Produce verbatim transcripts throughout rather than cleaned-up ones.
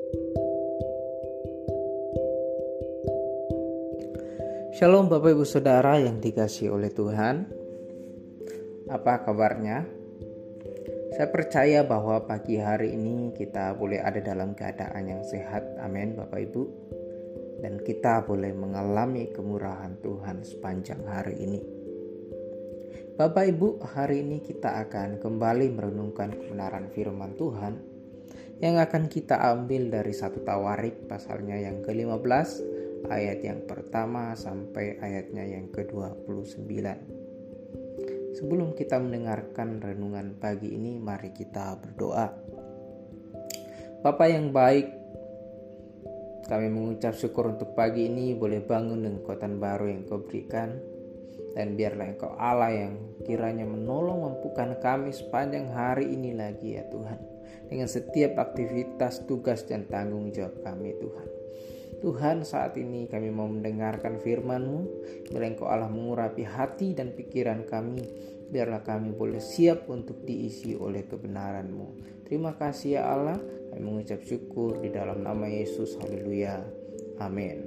Shalom Bapak Ibu Saudara yang dikasihi oleh Tuhan. Apa kabarnya? Saya percaya bahwa pagi hari ini kita boleh ada dalam keadaan yang sehat. Amin Bapak Ibu. Dan kita boleh mengalami kemurahan Tuhan sepanjang hari ini. Bapak Ibu, hari ini kita akan kembali merenungkan kebenaran firman Tuhan yang akan kita ambil dari satu Tawarik pasalnya yang kelima belas, ayat yang pertama sampai ayatnya yang kedua puluh sembilan. Sebelum kita mendengarkan renungan pagi ini, mari kita berdoa. Bapa yang baik, kami mengucap syukur untuk pagi ini boleh bangun dengan kekuatan baru yang Kau berikan. Dan biarlah Engkau Allah yang kiranya menolong mampukan kami sepanjang hari ini lagi ya Tuhan. Dengan setiap aktivitas, tugas dan tanggung jawab kami Tuhan. Tuhan, saat ini kami mau mendengarkan firman-Mu. Biarlah Engkau Allah mengurapi hati dan pikiran kami. Biarlah kami boleh siap untuk diisi oleh kebenaran-Mu. Terima kasih ya Allah. Kami mengucap syukur di dalam nama Yesus. Haleluya. Amin.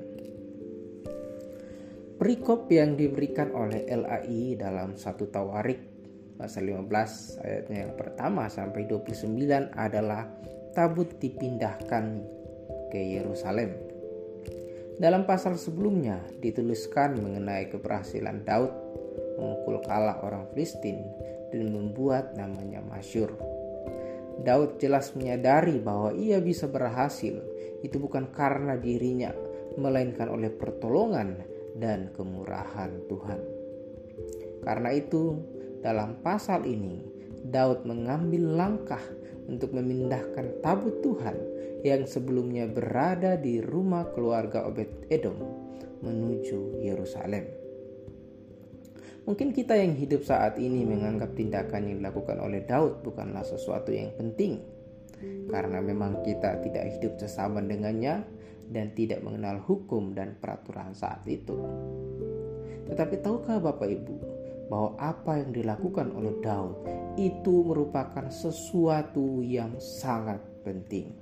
Perikop yang diberikan oleh L A I dalam satu Tawarik pasal lima belas ayatnya yang pertama sampai dua puluh sembilan adalah tabut dipindahkan ke Yerusalem. Dalam pasal sebelumnya dituliskan mengenai keberhasilan Daud memukul kalah orang Filistin dan membuat namanya masyhur. Daud jelas menyadari bahwa ia bisa berhasil itu bukan karena dirinya, melainkan oleh pertolongan dan kemurahan Tuhan. Karena itu, dalam pasal ini Daud mengambil langkah untuk memindahkan tabut Tuhan yang sebelumnya berada di rumah keluarga Obed-Edom menuju Yerusalem. Mungkin kita yang hidup saat ini menganggap tindakan yang dilakukan oleh Daud bukanlah sesuatu yang penting, karena memang kita tidak hidup sesama dengannya dan tidak mengenal hukum dan peraturan saat itu. Tetapi tahukah Bapak Ibu bahwa apa yang dilakukan oleh Daud itu merupakan sesuatu yang sangat penting.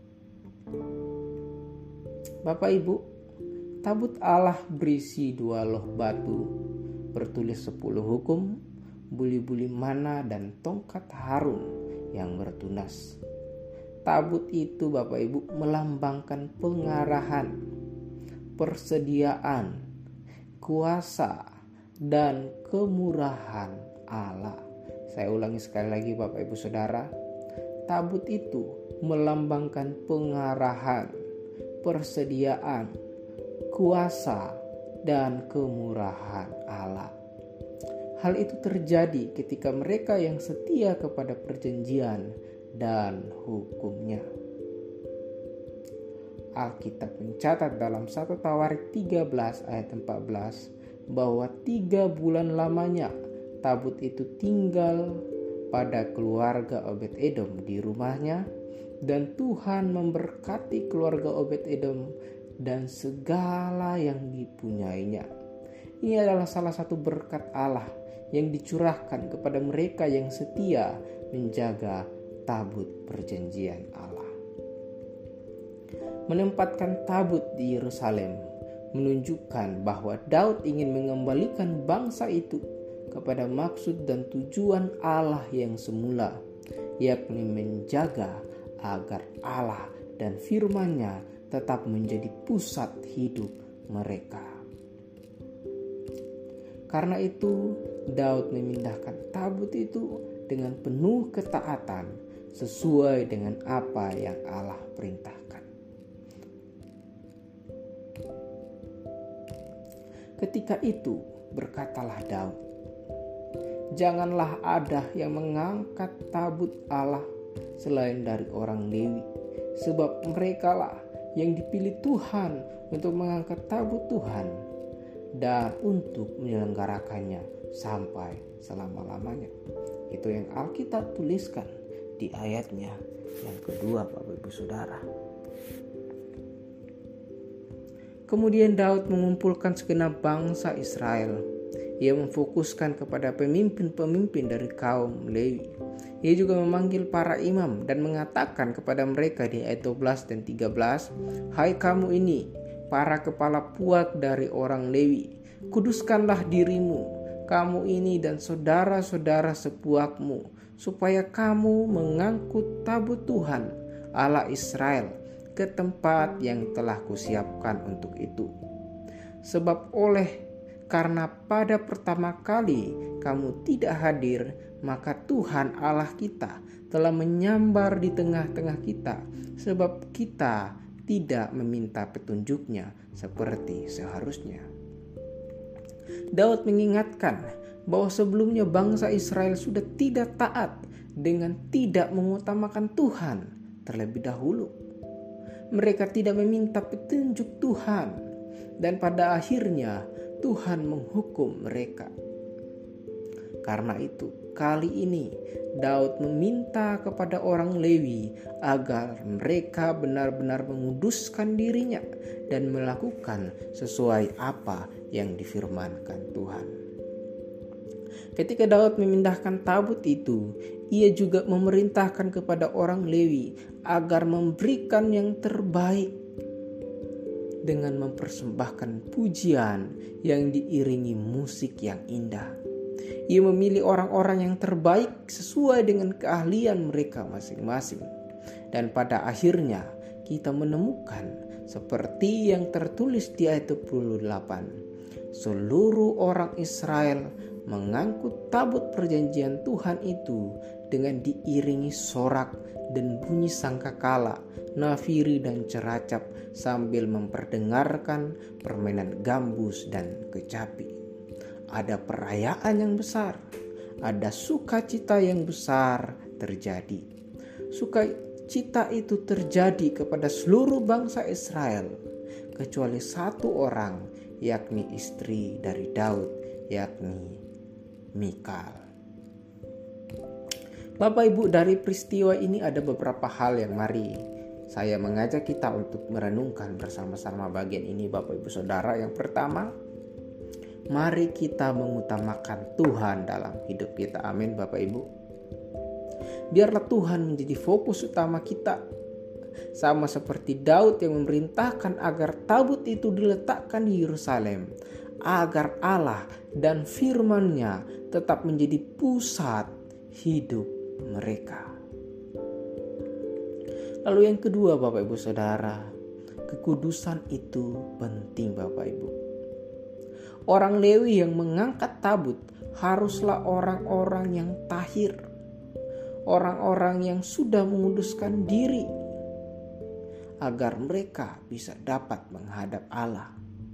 Bapak Ibu, tabut Allah berisi dua loh batu bertulis sepuluh hukum, buli-buli mana dan tongkat Harun yang bertunas. Tabut itu Bapak Ibu melambangkan pengarahan, persediaan, kuasa, dan kemurahan Allah. Saya ulangi sekali lagi Bapak Ibu Saudara. Tabut itu melambangkan pengarahan, persediaan, kuasa, dan kemurahan Allah. Hal itu terjadi ketika mereka yang setia kepada perjanjian dan hukumnya. Alkitab mencatat dalam satu Tawarik tiga belas ayat empat belas bahwa tiga bulan lamanya tabut itu tinggal pada keluarga Obed-Edom di rumahnya, dan Tuhan memberkati keluarga Obed-Edom dan segala yang dipunyainya. Ini adalah salah satu berkat Allah yang dicurahkan kepada mereka yang setia menjaga tabut perjanjian Allah. Menempatkan tabut di Yerusalem menunjukkan bahwa Daud ingin mengembalikan bangsa itu kepada maksud dan tujuan Allah yang semula, yakni menjaga agar Allah dan firman-Nya tetap menjadi pusat hidup mereka. Karena itu, Daud memindahkan tabut itu dengan penuh ketaatan sesuai dengan apa yang Allah perintahkan. Ketika itu berkatalah Daud, "Janganlah ada yang mengangkat tabut Allah selain dari orang Lewi, sebab merekalah yang dipilih Tuhan untuk mengangkat tabut Tuhan dan untuk menyelenggarakannya sampai selama-lamanya." Itu yang Alkitab tuliskan di ayatnya yang kedua, Bapak Ibu Saudara. Kemudian Daud mengumpulkan segenap bangsa Israel. Ia memfokuskan kepada pemimpin-pemimpin dari kaum Lewi Ia juga memanggil para imam dan mengatakan kepada mereka di ayat dua belas dan tiga belas, "Hai kamu ini, para kepala puak dari orang Lewi, kuduskanlah dirimu, kamu ini dan saudara-saudara sepuakmu, supaya kamu mengangkut tabut Tuhan, Allah Israel, ke tempat yang telah kusiapkan untuk itu. Sebab oleh karena pada pertama kali kamu tidak hadir, maka Tuhan Allah kita telah menyambar di tengah-tengah kita, sebab kita tidak meminta petunjuknya seperti seharusnya." Daud mengingatkan bahwa sebelumnya bangsa Israel sudah tidak taat dengan tidak mengutamakan Tuhan terlebih dahulu. Mereka tidak meminta petunjuk Tuhan, dan pada akhirnya Tuhan menghukum mereka. Karena itu, kali ini Daud meminta kepada orang Lewi agar mereka benar-benar menguduskan dirinya dan melakukan sesuai apa yang difirmankan Tuhan. Ketika Daud memindahkan tabut itu, ia juga memerintahkan kepada orang Lewi agar memberikan yang terbaik dengan mempersembahkan pujian yang diiringi musik yang indah. Ia memilih orang-orang yang terbaik sesuai dengan keahlian mereka masing-masing. Dan pada akhirnya kita menemukan seperti yang tertulis di ayat dua puluh delapan. Seluruh orang Israel mengangkut tabut perjanjian Tuhan itu dengan diiringi sorak dan bunyi sangkakala, nafiri dan ceracap sambil memperdengarkan permainan gambus dan kecapi. Ada perayaan yang besar, ada sukacita yang besar terjadi. Sukacita itu terjadi kepada seluruh bangsa Israel, kecuali satu orang, yakni istri dari Daud, yakni Mikal. Bapak Ibu, dari peristiwa ini ada beberapa hal yang mari saya mengajak kita untuk merenungkan bersama-sama bagian ini, Bapak Ibu Saudara. Yang pertama, mari kita mengutamakan Tuhan dalam hidup kita. Amin, Bapak Ibu. Biarlah Tuhan menjadi fokus utama kita. Sama seperti Daud yang memerintahkan agar tabut itu diletakkan di Yerusalem, agar Allah dan firman-Nya tetap menjadi pusat hidup mereka. Lalu yang kedua, Bapak Ibu Saudara, kekudusan itu penting, Bapak Ibu. Orang Lewi yang mengangkat tabut haruslah orang-orang yang tahir, orang-orang yang sudah menguduskan diri, agar mereka bisa dapat menghadap Allah.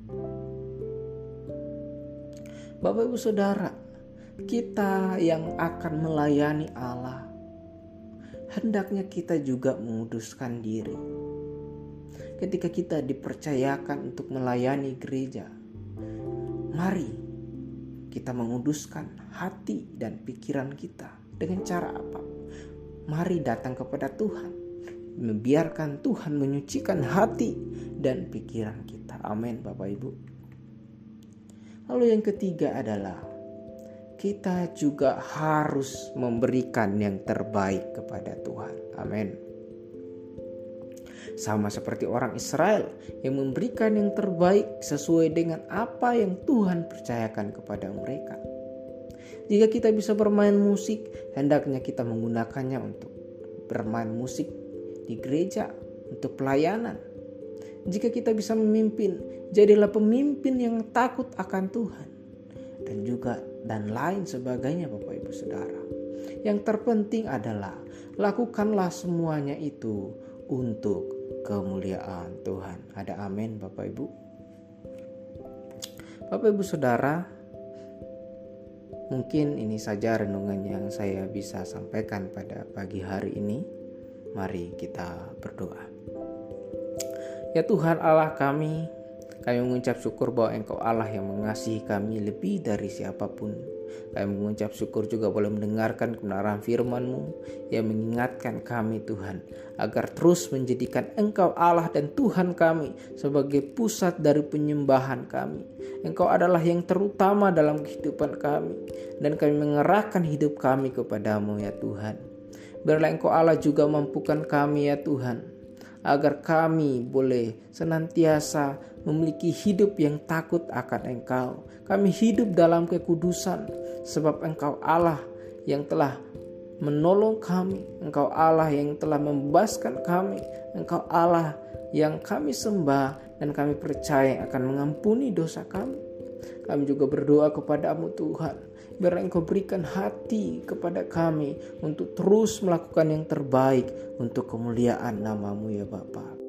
Bapak Ibu Saudara, kita yang akan melayani Allah, hendaknya kita juga menguduskan diri. Ketika kita dipercayakan untuk melayani gereja, mari kita menguduskan hati dan pikiran kita. Dengan cara apa? Mari datang kepada Tuhan, membiarkan Tuhan menyucikan hati dan pikiran kita. Amin, Bapak Ibu. Lalu yang ketiga adalah kita juga harus memberikan yang terbaik kepada Tuhan. Amin. Sama seperti orang Israel yang memberikan yang terbaik sesuai dengan apa yang Tuhan percayakan kepada mereka. Jika kita bisa bermain musik, hendaknya kita menggunakannya untuk bermain musik di gereja, untuk pelayanan. Jika kita bisa memimpin, jadilah pemimpin yang takut akan Tuhan. Dan juga dan lain sebagainya, Bapak Ibu Saudara. Yang terpenting adalah lakukanlah semuanya itu untuk kemuliaan Tuhan. Ada amin, Bapak Ibu. Bapak Ibu Saudara, mungkin ini saja renungan yang saya bisa sampaikan pada pagi hari ini. Mari kita berdoa. Ya Tuhan Allah kami, kami mengucap syukur bahwa Engkau Allah yang mengasihi kami lebih dari siapapun. Kami mengucap syukur juga boleh mendengarkan kebenaran firman-Mu yang mengingatkan kami Tuhan, agar terus menjadikan Engkau Allah dan Tuhan kami sebagai pusat dari penyembahan kami. Engkau adalah yang terutama dalam kehidupan kami, dan kami mengerahkan hidup kami kepadamu ya Tuhan. Biarlah Engkau Allah juga mampukan kami ya Tuhan, agar kami boleh senantiasa memiliki hidup yang takut akan Engkau. Kami hidup dalam kekudusan, sebab Engkau Allah yang telah menolong kami, Engkau Allah yang telah membebaskan kami, Engkau Allah yang kami sembah dan kami percaya akan mengampuni dosa kami. Kami juga berdoa kepada-Mu Tuhan, biar Engkau berikan hati kepada kami untuk terus melakukan yang terbaik untuk kemuliaan nama-Mu ya Bapa.